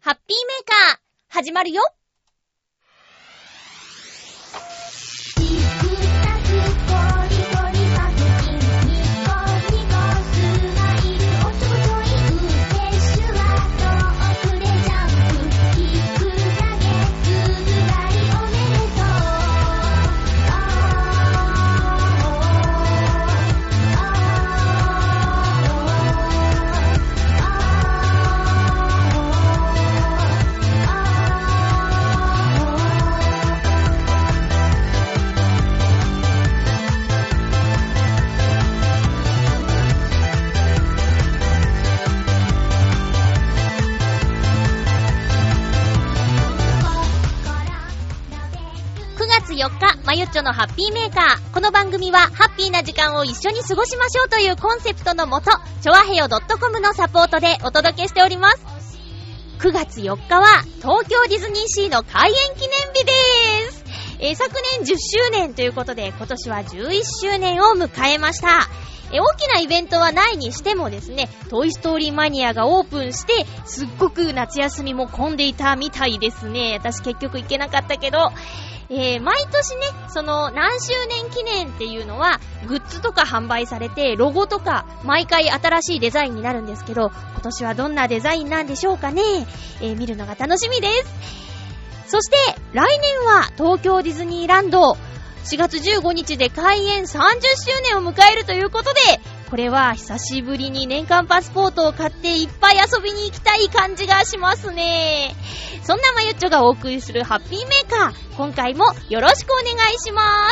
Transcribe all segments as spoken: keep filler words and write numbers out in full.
ハッピーメーカー始まるよ。よっか、まゆっちょのハッピーメーカー。この番組はハッピーな時間を一緒に過ごしましょうというコンセプトのもと、チョアヘヨ .com のサポートでお届けしております。くがつよっかは東京ディズニーシーの開園記念日です。えー、昨年じゅっしゅうねんということで、今年はじゅういっしゅうねんを迎えました。えー、大きなイベントはないにしてもですね、トイストーリーマニアがオープンしてすっごく夏休みも混んでいたみたいですね。私結局行けなかったけど、えー、毎年ね、その何周年記念っていうのはグッズとか販売されて、ロゴとか毎回新しいデザインになるんですけど、今年はどんなデザインなんでしょうかね。えー、見るのが楽しみです。そして来年は東京ディズニーランドしがつじゅうごにちで開園さんじゅっしゅうねんを迎えるということで、これは久しぶりに年間パスポートを買っていっぱい遊びに行きたい感じがしますね。そんなまゆっちょがお送りするハッピーメーカー、今回もよろしくお願いします。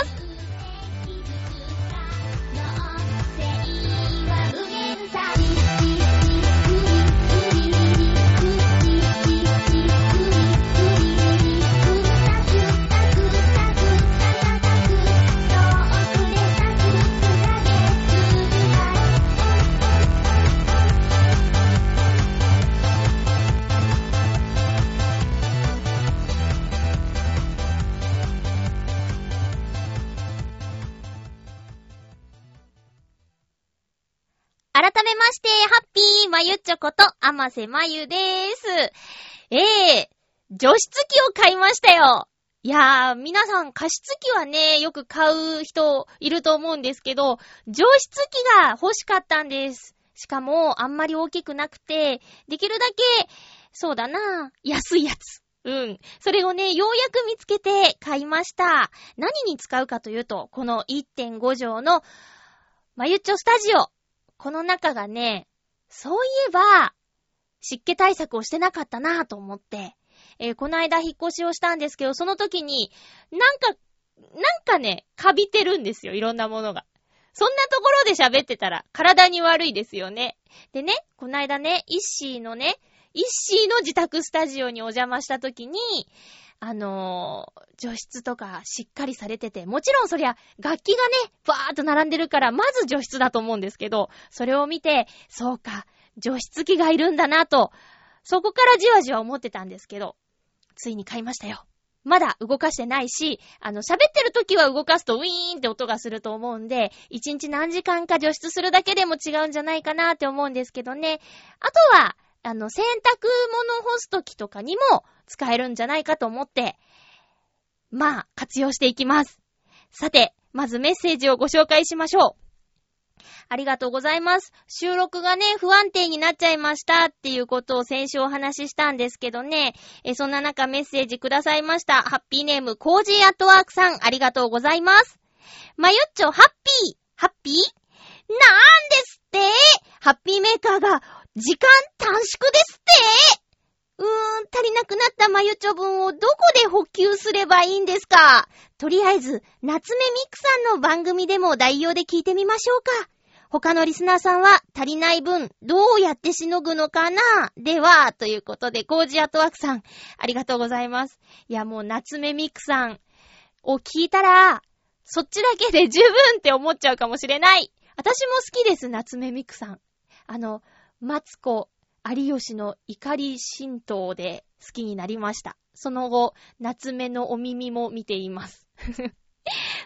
改めまして、ハッピーまゆっちょこと、あませまゆでーす。えー、除湿機を買いましたよ。いやー、皆さん加湿器はね、よく買う人いると思うんですけど、除湿機が欲しかったんです。しかも、あんまり大きくなくて、できるだけ、そうだな、安いやつ。うん。それをね、ようやく見つけて買いました。何に使うかというと、この いってんご 畳のまゆっちょスタジオ。この中がね、そういえば、湿気対策をしてなかったなぁと思って、えー、この間引っ越しをしたんですけど、その時に、なんか、なんかね、カビてるんですよ、いろんなものが。そんなところで喋ってたら、体に悪いですよね。でね、この間ね、イッシーのね、イッシーの自宅スタジオにお邪魔した時に、あのー、除湿とかしっかりされてて、もちろんそりゃ楽器がね、バーっと並んでるから、まず除湿だと思うんですけど、それを見て、そうか、除湿機がいるんだなと、そこからじわじわ思ってたんですけど、ついに買いましたよ。まだ動かしてないし、あの、喋ってる時は動かすとウィーンって音がすると思うんで、一日何時間か除湿するだけでも違うんじゃないかなって思うんですけどね。あとは、あの、洗濯物干す時とかにも使えるんじゃないかと思って、まあ、活用していきます。さて、まずメッセージをご紹介しましょう。ありがとうございます。収録がね、不安定になっちゃいましたっていうことを先週お話ししたんですけどね、えそんな中メッセージくださいました。ハッピーネーム、コージーアットワークさん、ありがとうございます。まゆっちょ、ハッピーハッピーなんですってハッピーメーカーが時間短縮ですってうーん、足りなくなったまゆちょ分をどこで補給すればいいんですか？とりあえず、夏目みくさんの番組でも代用で聞いてみましょうか。他のリスナーさんは足りない分、どうやってしのぐのかな？では、ということで、コージアットワークさん、ありがとうございます。いや、もう夏目みくさんを聞いたら、そっちだけで十分って思っちゃうかもしれない。私も好きです、夏目みくさん。あの、マツコ有吉の怒り神道で好きになりました。その後、夏目のお耳も見ています。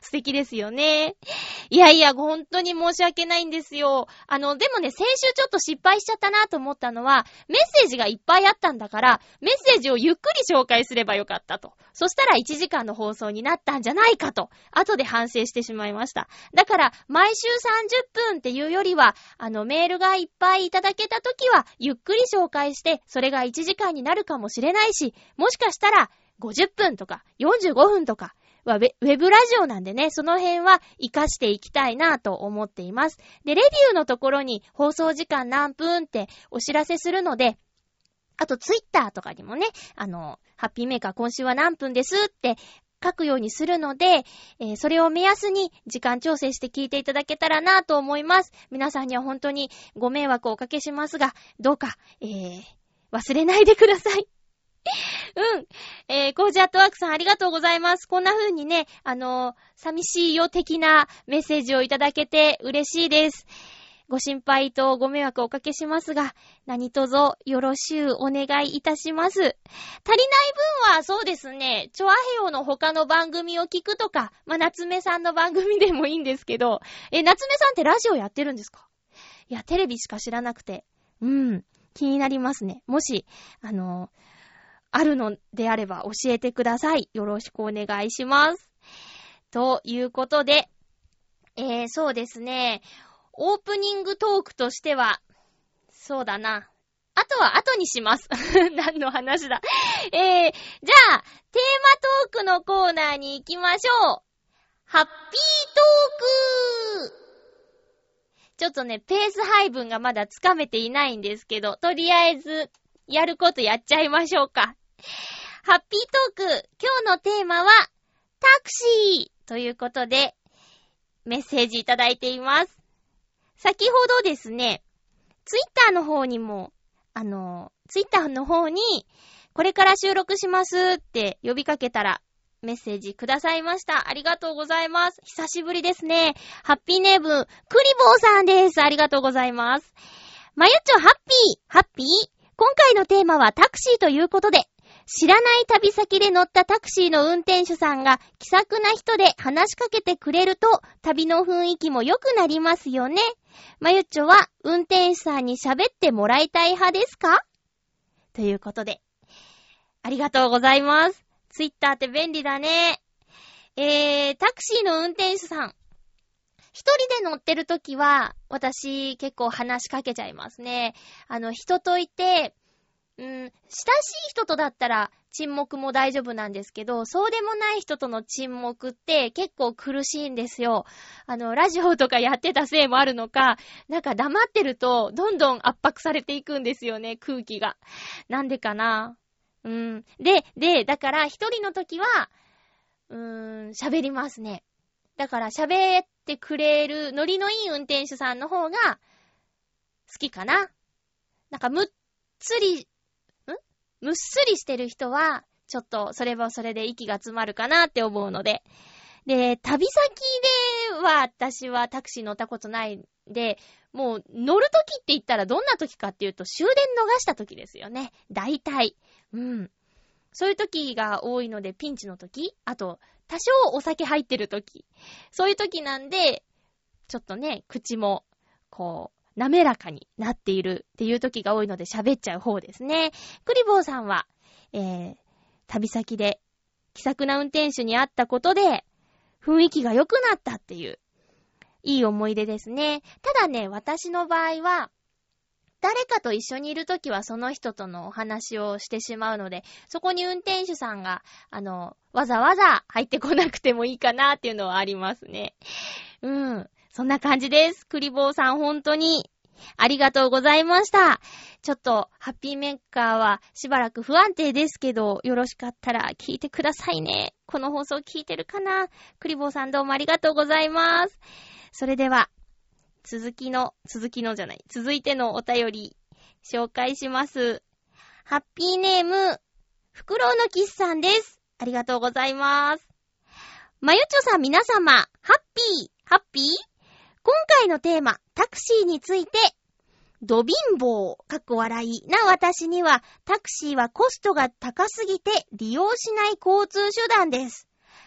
素敵ですよね。いやいや、本当に申し訳ないんですよ。あの、でもね、先週ちょっと失敗しちゃったなと思ったのは、メッセージがいっぱいあったんだから、メッセージをゆっくり紹介すればよかったと。そしたらいちじかんの放送になったんじゃないかと、後で反省してしまいました。だから、毎週さんじゅっぷんっていうよりは、あの、メールがいっぱいいただけたときは、ゆっくり紹介して、それがいちじかんになるかもしれないし、もしかしたら、ごじゅっぷんとか、よんじゅうごふんとか、ウェブラジオなんでね、その辺は活かしていきたいなと思っています。で、レビューのところに放送時間何分ってお知らせするので、あとツイッターとかにもね、あの、ハッピーメーカー今週は何分ですって書くようにするので、えー、それを目安に時間調整して聞いていただけたらなと思います。皆さんには本当にご迷惑をおかけしますが、どうか、えー、忘れないでください。うん。えー、コージアットワークさんありがとうございます。こんな風にね、あのー、寂しいよ的なメッセージをいただけて嬉しいです。ご心配とご迷惑をおかけしますが、何卒よろしゅうお願いいたします。足りない分はそうですね、チョアヘヨの他の番組を聞くとか、まあ、夏目さんの番組でもいいんですけど、え、夏目さんってラジオやってるんですか？いや、テレビしか知らなくて、うん、気になりますね。もし、あのー、あるのであれば教えてください。よろしくお願いします。ということで、えー、そうですね。オープニングトークとしては、そうだな。あとは後にします。何の話だ。えー、じゃあ、テーマトークのコーナーに行きましょう。ハッピートーク！ちょっとね、ペース配分がまだつかめていないんですけど、とりあえず、やることやっちゃいましょうか。ハッピートーク、今日のテーマは、タクシーということで、メッセージいただいています。先ほどですね、ツイッターの方にも、あの、ツイッターの方に、これから収録しますって呼びかけたら、メッセージくださいました。ありがとうございます。久しぶりですね。ハッピーネーム、クリボーさんです。ありがとうございます。まゆっちょハッピー、ハッピー。今回のテーマはタクシーということで、知らない旅先で乗ったタクシーの運転手さんが気さくな人で話しかけてくれると、旅の雰囲気も良くなりますよね。まゆっちょは運転手さんに喋ってもらいたい派ですか？ということで、ありがとうございます。ツイッターって便利だね。えー、タクシーの運転手さん。一人で乗ってるときは、私結構話しかけちゃいますね。あの、人といて、うん、親しい人とだったら沈黙も大丈夫なんですけど、そうでもない人との沈黙って結構苦しいんですよ。あの、ラジオとかやってたせいもあるのか、なんか黙ってるとどんどん圧迫されていくんですよね、空気が。なんでかな。うん。で、で、だから一人の時は、うーん、喋りますね。だから喋ってくれるノリのいい運転手さんの方が好きかな。なんかむっつり、んむっすりしてる人は、ちょっとそれはそれで息が詰まるかなって思うので。で、旅先では私はタクシー乗ったことないんで、もう乗るときって言ったらどんなときかっていうと終電逃したときですよね。大体。うん。そういうときが多いので、ピンチのとき、あと、多少お酒入ってるとき、そういうときなんで、ちょっとね、口も、こう、滑らかになっているっていうときが多いので喋っちゃう方ですね。クリボーさんは、えー、旅先で気さくな運転手に会ったことで、雰囲気が良くなったっていう、いい思い出ですね。ただね、私の場合は、誰かと一緒にいるときはその人とのお話をしてしまうので、そこに運転手さんが、あの、わざわざ入ってこなくてもいいかなっていうのはありますね。うん。そんな感じです。クリボーさん本当にありがとうございました。ちょっと、ハッピーメーカーはしばらく不安定ですけど、よろしかったら聞いてくださいね。この放送聞いてるかな？クリボーさんどうもありがとうございます。それでは、続きの、続きのじゃない、続いてのお便り、紹介します。ハッピーネーム、フクロウのキスさんです。ありがとうございます。まゆちょさん皆様、ハッピー、ハッピー？今回のテーマ、タクシーについて、ド貧乏、かっこ笑いな私には、タクシーはコストが高すぎて利用しない交通手段です。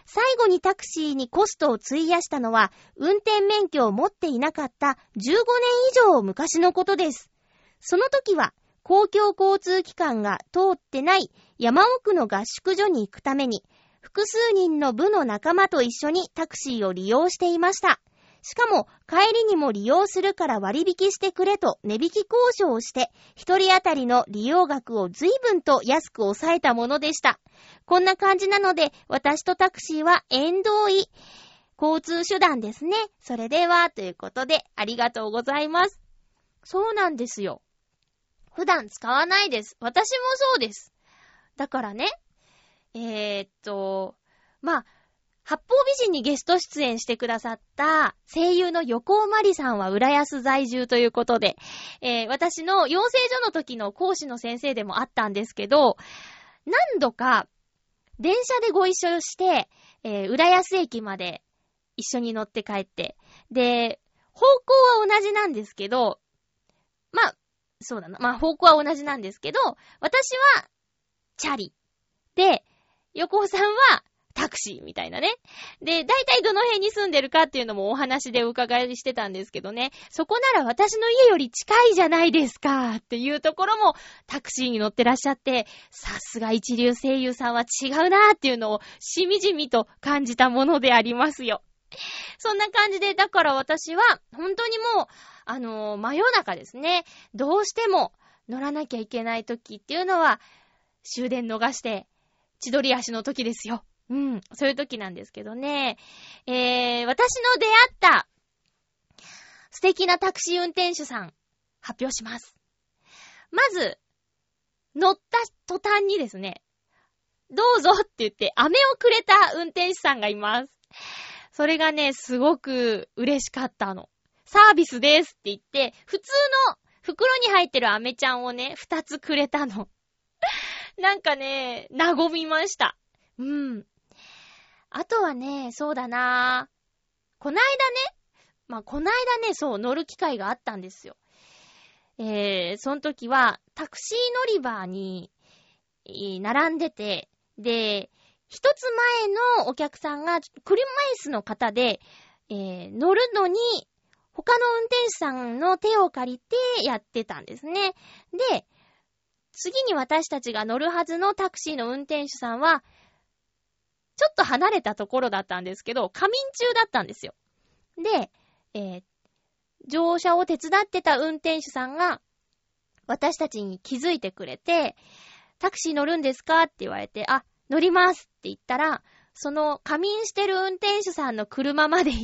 最後にタクシーにコストを費やしたのは、運転免許を持っていなかったじゅうごねん以上昔のことです。その時は、公共交通機関が通ってない山奥の合宿所に行くために、複数人の部の仲間と一緒にタクシーを利用していました。しかも、帰りにも利用するから割引してくれと値引き交渉をして、一人当たりの利用額を随分と安く抑えたものでした。こんな感じなので、私とタクシーは縁遠い交通手段ですね。それでは、ということで、ありがとうございます。そうなんですよ。普段使わないです。私もそうです。だからね、えー、っと、まあ、八方美人にゲスト出演してくださった声優の横尾まりさんは浦安在住ということで、えー、私の養成所の時の講師の先生でもあったんですけど、何度か電車でご一緒して、えー、浦安駅まで一緒に乗って帰って、で、方向は同じなんですけど、まあ、そうだな、まあ方向は同じなんですけど、私はチャリで、横尾さんはタクシーみたいなね。で、大体どの辺に住んでるかっていうのもお話でお伺いしてたんですけどね。そこなら私の家より近いじゃないですかっていうところもタクシーに乗ってらっしゃって、さすが一流声優さんは違うなーっていうのをしみじみと感じたものでありますよ。そんな感じで、だから私は本当にもう、あのー、真夜中ですね。どうしても乗らなきゃいけない時っていうのは終電逃して千鳥足の時ですよ。うん、そういう時なんですけどね。えー、私の出会った素敵なタクシー運転手さん、発表します。まず、乗った途端にですね、どうぞって言って飴をくれた運転手さんがいます。それがね、すごく嬉しかったの。サービスですって言って、普通の袋に入ってる飴ちゃんをね、二つくれたの。なんかね、和みました。うん。あとはね、そうだなぁ。こないだね、まあ、こないだね、そう、乗る機会があったんですよ。えー、その時は、タクシー乗り場に、並んでて、で、一つ前のお客さんが、車椅子の方で、えー、乗るのに、他の運転手さんの手を借りてやってたんですね。で、次に私たちが乗るはずのタクシーの運転手さんは、ちょっと離れたところだったんですけど、仮眠中だったんですよ。で、えー、乗車を手伝ってた運転手さんが、私たちに気づいてくれて、タクシー乗るんですかって言われて、あ、乗りますって言ったら、その仮眠してる運転手さんの車まで行って、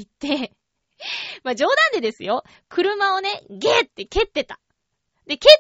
まあ冗談でですよ、車をね、ゲーって蹴ってた。で、蹴って、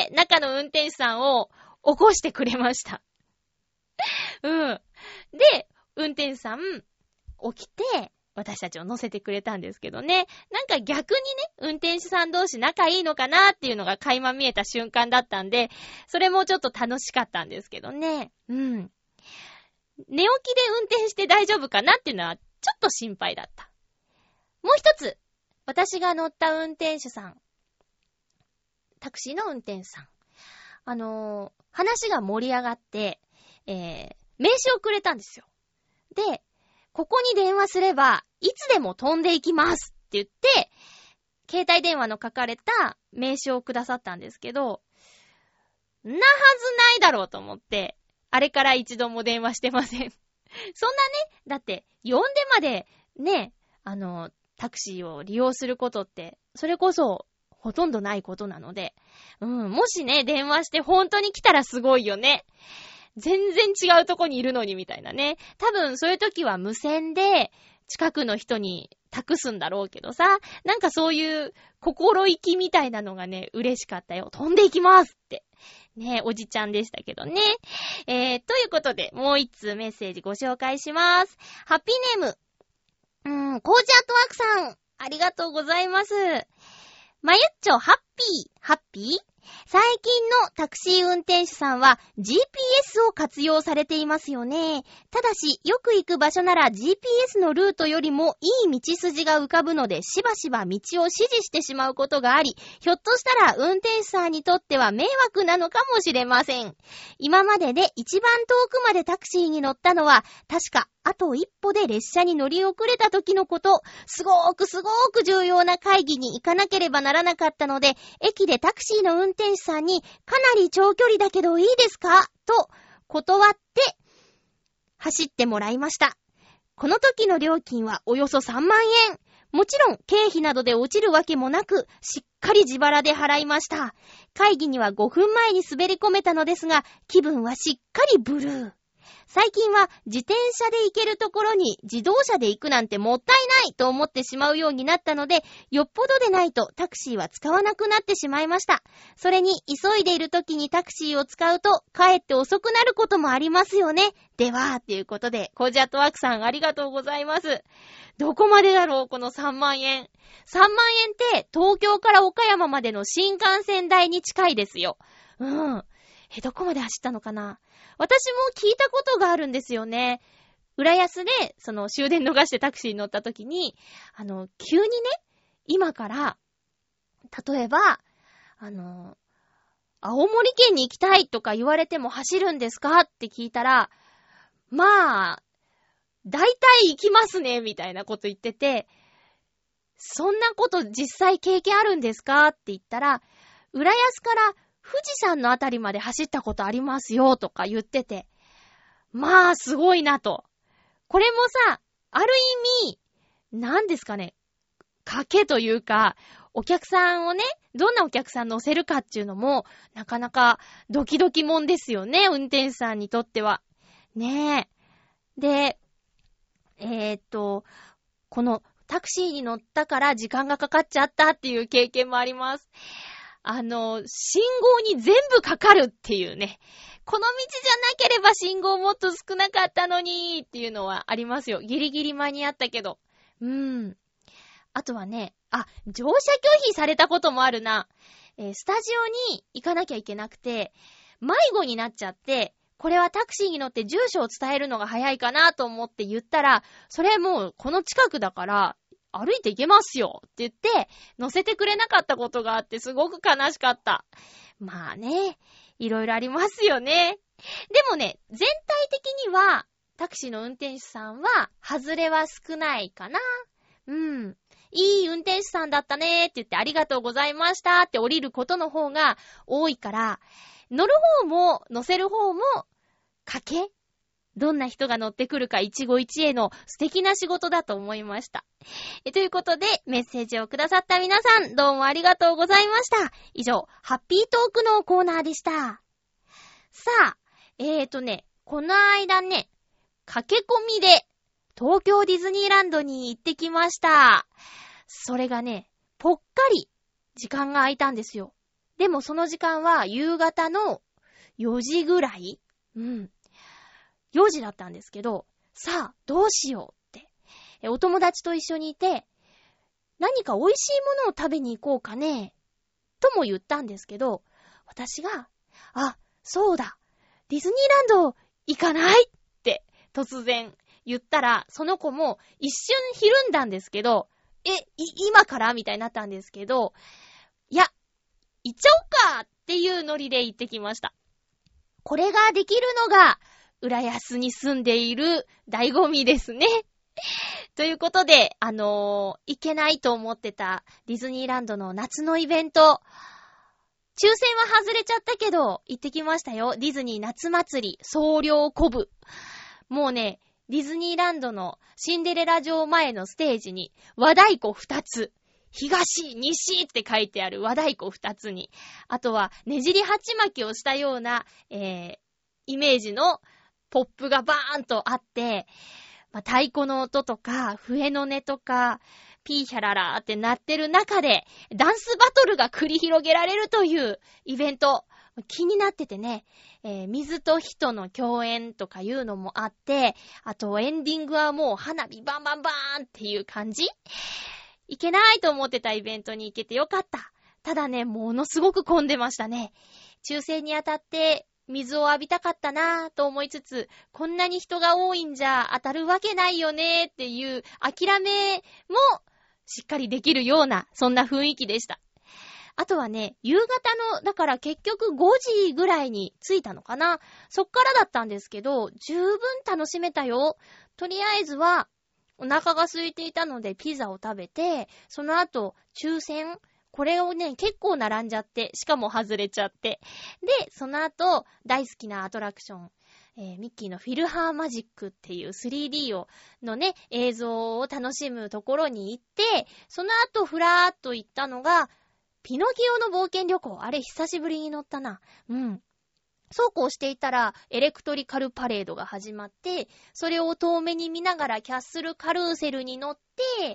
中の運転手さんを起こしてくれました。うん。で、運転手さん、起きて、私たちを乗せてくれたんですけどね。なんか逆にね、運転手さん同士仲いいのかなっていうのが垣間見えた瞬間だったんで、それもちょっと楽しかったんですけどね。うん。寝起きで運転して大丈夫かなっていうのは、ちょっと心配だった。もう一つ、私が乗った運転手さん。タクシーの運転手さん。あのー、話が盛り上がって、えー、名刺をくれたんですよ。で、ここに電話すれば、いつでも飛んでいきますって言って、携帯電話の書かれた名刺をくださったんですけど、なはずないだろうと思って、あれから一度も電話してません。そんなね、だって、呼んでまで、ね、あの、タクシーを利用することって、それこそ、ほとんどないことなので、うん、もしね、電話して本当に来たらすごいよね。全然違うとこにいるのにみたいなね。多分そういう時は無線で近くの人に託すんだろうけどさ、なんかそういう心意気みたいなのがね、嬉しかったよ。飛んでいきますって。ね、おじちゃんでしたけどね。えー、ということで、もう一通メッセージご紹介します。ハッピーネーム。うーん、コージアットワークさん、ありがとうございます。まゆっちょ、ハッピー、ハッピー最近のタクシー運転手さんは ジーピーエス を活用されていますよね。ただし、よく行く場所なら ジーピーエス のルートよりもいい道筋が浮かぶので、しばしば道を指示してしまうことがあり、ひょっとしたら運転手さんにとっては迷惑なのかもしれません。今までで一番遠くまでタクシーに乗ったのは、確かあと一歩で列車に乗り遅れた時のこと、すごーくすごーく重要な会議に行かなければならなかったので、駅でタクシーの運転手さんに、かなり長距離だけどいいですかと断って走ってもらいました。この時の料金はおよそさんまんえん。もちろん経費などで落ちるわけもなく、しっかり自腹で払いました。会議にはごふんまえに滑り込めたのですが、気分はしっかりブルー。最近は自転車で行けるところに自動車で行くなんてもったいないと思ってしまうようになったので、よっぽどでないとタクシーは使わなくなってしまいました。それに急いでいる時にタクシーを使うとかえって遅くなることもありますよね。ではということで、コージアットワークさんありがとうございます。どこまでだろうこのさんまんえん。さんまんえんって東京から岡山までの新幹線代に近いですよ。うん。え、どこまで走ったのかな。私も聞いたことがあるんですよね。浦安で、その終電逃してタクシーに乗った時に、あの、急にね、今から、例えば、あの、青森県に行きたいとか言われても走るんですかって聞いたら、まあ、大体行きますね、みたいなこと言ってて、そんなこと実際経験あるんですかって言ったら、浦安から富士山のあたりまで走ったことありますよとか言ってて、まあすごいなと。これもさ、ある意味何ですかね、賭けというか、お客さんをね、どんなお客さん乗せるかっていうのもなかなかドキドキもんですよね、運転手さんにとってはねえ。で、えー、っとこのタクシーに乗ったから時間がかかっちゃったっていう経験もあります。あの、信号に全部かかるっていうね。この道じゃなければ信号もっと少なかったのにっていうのはありますよ。ギリギリ間に合ったけど。うーん。あとはね、あ、乗車拒否されたこともあるな。えー、スタジオに行かなきゃいけなくて、迷子になっちゃって、これはタクシーに乗って住所を伝えるのが早いかなと思って言ったら、それもうこの近くだから、歩いて行けますよって言って乗せてくれなかったことがあってすごく悲しかった。まあね、いろいろありますよね。でもね、全体的にはタクシーの運転手さんは外れは少ないかな。うん。いい運転手さんだったねって言ってありがとうございましたって降りることの方が多いから、乗る方も乗せる方も賭け？どんな人が乗ってくるか一期一会の素敵な仕事だと思いました。えということで、メッセージをくださった皆さん、どうもありがとうございました。以上、ハッピートークのコーナーでした。さあ、えーとね、この間ね、駆け込みで東京ディズニーランドに行ってきました。それがね、ぽっかり時間が空いたんですよ。でもその時間は夕方のよじぐらい？うん。よじだったんですけど、さあ、どうしようって。え、お友達と一緒にいて、何か美味しいものを食べに行こうかね、とも言ったんですけど、私が、あ、そうだ、ディズニーランド行かないって突然言ったら、その子も一瞬ひるんだんですけど、え、い、今からみたいになったんですけど、いや、行っちゃおうかっていうノリで行ってきました。これができるのが、浦安に住んでいる醍醐味ですね。ということで、あのー、行けないと思ってたディズニーランドの夏のイベント、抽選は外れちゃったけど、行ってきましたよ。ディズニー夏祭り、総量古部。もうね、ディズニーランドのシンデレラ城前のステージに、和太鼓二つ。東、西って書いてある和太鼓二つに、あとはねじり鉢巻きをしたような、えー、イメージのポップがバーンとあって、まあ、太鼓の音とか、笛の音とか、ピーヒャララーって鳴ってる中で、ダンスバトルが繰り広げられるというイベント、気になっててね、えー、水と火との共演とかいうのもあって、あとエンディングはもう花火バンバンバーンっていう感じ？いけないと思ってたイベントに行けてよかった。 ただね、ものすごく混んでましたね。抽選にあたって水を浴びたかったなぁと思いつつ、こんなに人が多いんじゃ当たるわけないよねっていう諦めもしっかりできるような、そんな雰囲気でした。あとはね、夕方の、だから結局ごじぐらいに着いたのかな。そっからだったんですけど、十分楽しめたよ。とりあえずは、お腹が空いていたのでピザを食べて、その後、抽選、これをね、結構並んじゃって、しかも外れちゃって。で、その後、大好きなアトラクション、えー、ミッキーのフィルハーマジックっていう スリーディー を、のね、映像を楽しむところに行って、その後、ふらーっと行ったのが、ピノキオの冒険旅行。あれ、久しぶりに乗ったな。うん。そうこうしていたら、エレクトリカルパレードが始まって、それを遠目に見ながらキャッスルカルーセルに乗って、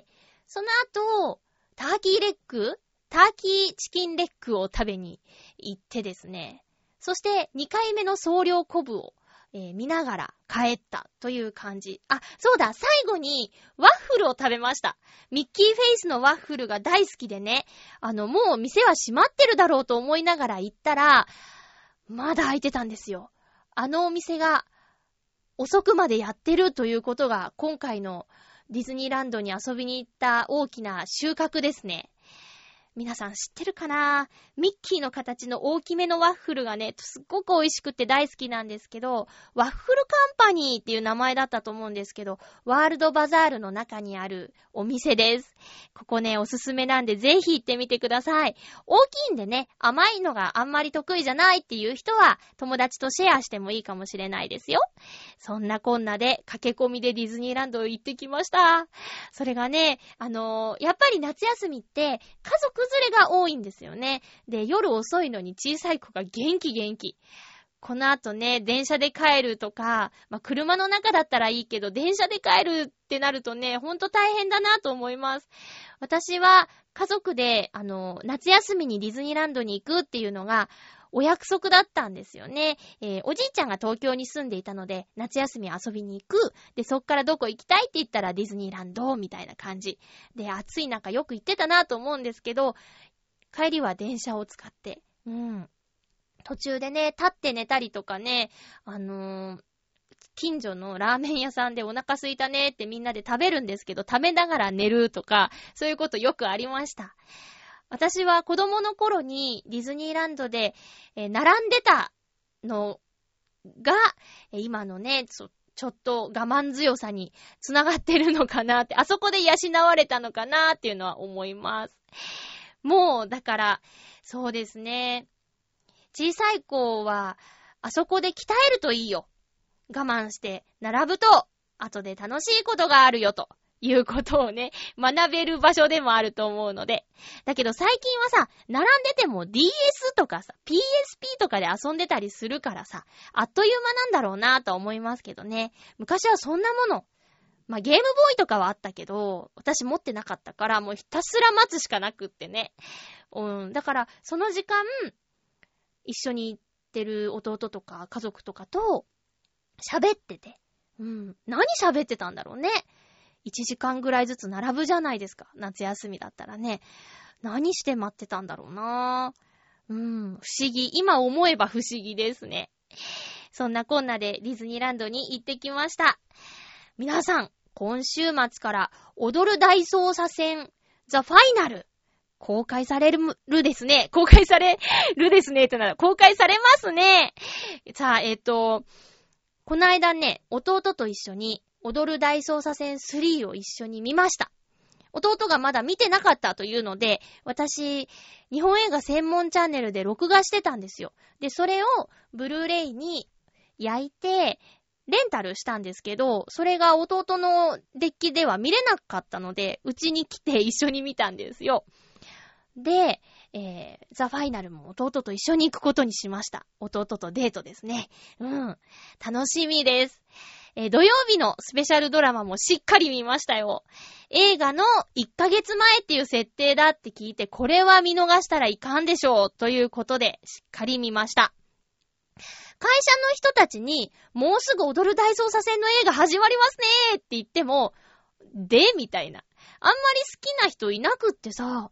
その後、ターキーレッグターキーチキンレッグを食べに行ってですね。そして、にかいめの総量コブを、えー、見ながら帰ったという感じ。あ、そうだ、最後にワッフルを食べました。ミッキーフェイスのワッフルが大好きでね、あの、もう店は閉まってるだろうと思いながら行ったら、まだ開いてたんですよ。あのお店が遅くまでやってるということが、今回のディズニーランドに遊びに行った大きな収穫ですね。皆さん知ってるかな？ミッキーの形の大きめのワッフルがね、すっごく美味しくて大好きなんですけど、ワッフルカンパニーっていう名前だったと思うんですけど、ワールドバザールの中にあるお店です。ここね、おすすめなんでぜひ行ってみてください。大きいんでね、甘いのがあんまり得意じゃないっていう人は、友達とシェアしてもいいかもしれないですよ。そんなこんなで、駆け込みでディズニーランド行ってきました。それがね、あのー、やっぱり夏休みって、家族連れが多いんですよね。で、夜遅いのに小さい子が元気元気。この後ね、電車で帰るとか、まあ、車の中だったらいいけど、電車で帰るってなるとね、ほんと大変だなと思います。私は家族で、あの、夏休みにディズニーランドに行くっていうのが、お約束だったんですよね。えー、おじいちゃんが東京に住んでいたので、夏休み遊びに行く。で、そっからどこ行きたいって言ったらディズニーランドみたいな感じ。で、暑い中よく行ってたなと思うんですけど、帰りは電車を使って、うん。途中でね、立って寝たりとかね、あのー、近所のラーメン屋さんでお腹空いたねってみんなで食べるんですけど、食べながら寝るとか、そういうことよくありました。私は子供の頃にディズニーランドで、えー、並んでたのが、えー、今のね、ちょ、ちょっと我慢強さにつながってるのかなって、あそこで養われたのかなっていうのは思います。もう、だから、そうですね。小さい子は、あそこで鍛えるといいよ。我慢して並ぶと、後で楽しいことがあるよと。いうことをね、学べる場所でもあると思うので。だけど最近はさ、並んでても ディーエス とかさ、ピーエスピー とかで遊んでたりするからさ、あっという間なんだろうなと思いますけどね。昔はそんなもの。まあ、ゲームボーイとかはあったけど、私持ってなかったから、もうひたすら待つしかなくってね。うん。だから、その時間、一緒に行ってる弟とか家族とかと喋ってて。うん。何喋ってたんだろうね。いちじかんぐらいずつ並ぶじゃないですか。夏休みだったらね。何して待ってたんだろうな。うん、不思議。今思えば不思議ですね。そんなこんなでディズニーランドに行ってきました。皆さん、今週末から踊る大捜査線ザ・ファイナル公開されるですね。公開されるですねってなら公開されますね。さあ、えっと、この間ね、弟と一緒に踊る大捜査線スリーを一緒に見ました。弟がまだ見てなかったというので、私、日本映画専門チャンネルで録画してたんですよ。で、それをブルーレイに焼いて、レンタルしたんですけど、それが弟のデッキでは見れなかったので、うちに来て一緒に見たんですよ。で、えー、ザ・ファイナルも弟と一緒に行くことにしました。弟とデートですね。うん。楽しみです。えー、土曜日のスペシャルドラマもしっかり見ましたよ。映画のいっかげつまえっていう設定だって聞いて、これは見逃したらいかんでしょうということでしっかり見ました。会社の人たちにもうすぐ踊る大捜査線の映画始まりますねって言っても、でみたいな。あんまり好きな人いなくってさ、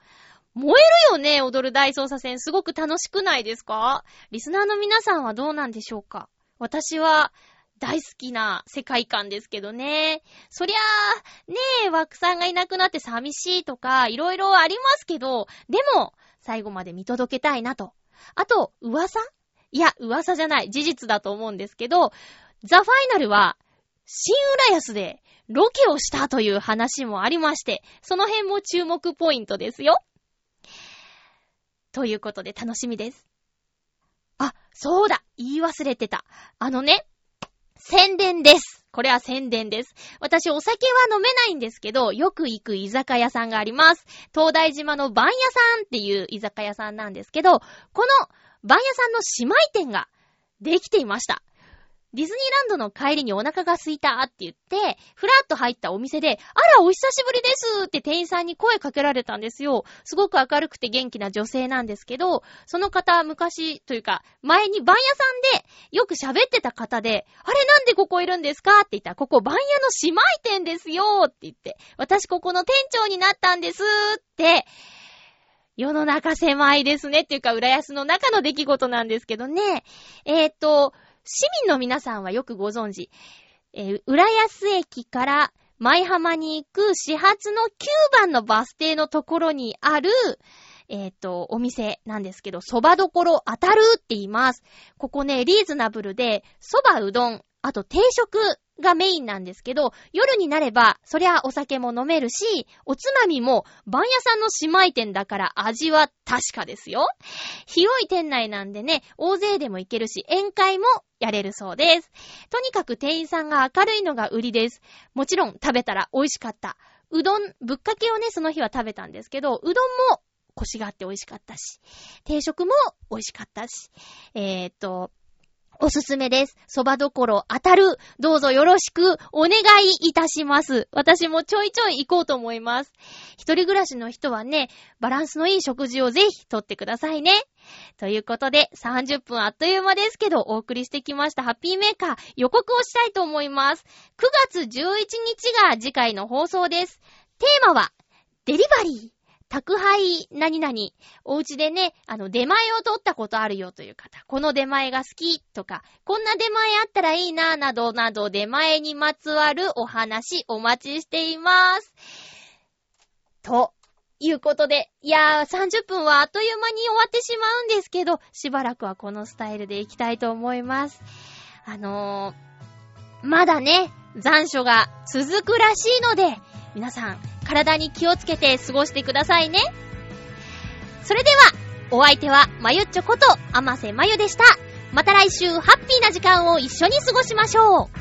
燃えるよね、踊る大捜査線。すごく楽しくないですか？リスナーの皆さんはどうなんでしょうか？私は大好きな世界観ですけどね。そりゃあ、ねえ、枠さんがいなくなって寂しいとか、いろいろありますけど、でも、最後まで見届けたいなと。あと、噂？いや、噂じゃない。事実だと思うんですけど、ザ・ファイナルは、新浦安でロケをしたという話もありまして、その辺も注目ポイントですよ。ということで楽しみです。あ、そうだ、言い忘れてた。あのね、宣伝です。これは宣伝です。私お酒は飲めないんですけど、よく行く居酒屋さんがあります。東大島の番屋さんっていう居酒屋さんなんですけど、この番屋さんの姉妹店ができていました。ディズニーランドの帰りにお腹が空いたって言って、ふらっと入ったお店で、あら、お久しぶりですって店員さんに声かけられたんですよ。すごく明るくて元気な女性なんですけど、その方、昔というか、前に番屋さんでよく喋ってた方で、あれなんでここいるんですかって言ったら、ここ番屋の姉妹店ですよって言って、私ここの店長になったんですって、世の中狭いですねっていうか、浦安の中の出来事なんですけどね。えーっと、市民の皆さんはよくご存知、えー、浦安駅から舞浜に行く始発のきゅうばんのバス停のところにある、えっと、お店なんですけど、蕎麦どころ当たるって言います。ここね、リーズナブルで、蕎麦うどん、あと定食がメインなんですけど、夜になれば、そりゃお酒も飲めるし、おつまみも番屋さんの姉妹店だから味は確かですよ。広い店内なんでね、大勢でも行けるし、宴会もやれるそうです。とにかく店員さんが明るいのが売りです。もちろん食べたら美味しかった。うどん、ぶっかけをね、その日は食べたんですけど、うどんもコシがあって美味しかったし、定食も美味しかったし、えーっと、おすすめです。蕎麦どころ当たる。どうぞよろしくお願いいたします。私もちょいちょい行こうと思います。一人暮らしの人はね、バランスのいい食事をぜひとってくださいね。ということで、さんじゅっぷんあっという間ですけど、お送りしてきましたハッピーメーカー予告をしたいと思います。くがつじゅういちにちが次回の放送です。テーマは、デリバリー。宅配何々、お家でね、あの出前を取ったことあるよという方、この出前が好きとか、こんな出前あったらいいななどなど出前にまつわるお話お待ちしています。ということで、いやーさんじゅっぷんはあっという間に終わってしまうんですけど、しばらくはこのスタイルでいきたいと思います。あのー、まだね、残暑が続くらしいので、皆さん、体に気をつけて過ごしてくださいね。それでは、お相手はまゆっちょこと甘瀬まゆでした。また来週ハッピーな時間を一緒に過ごしましょう。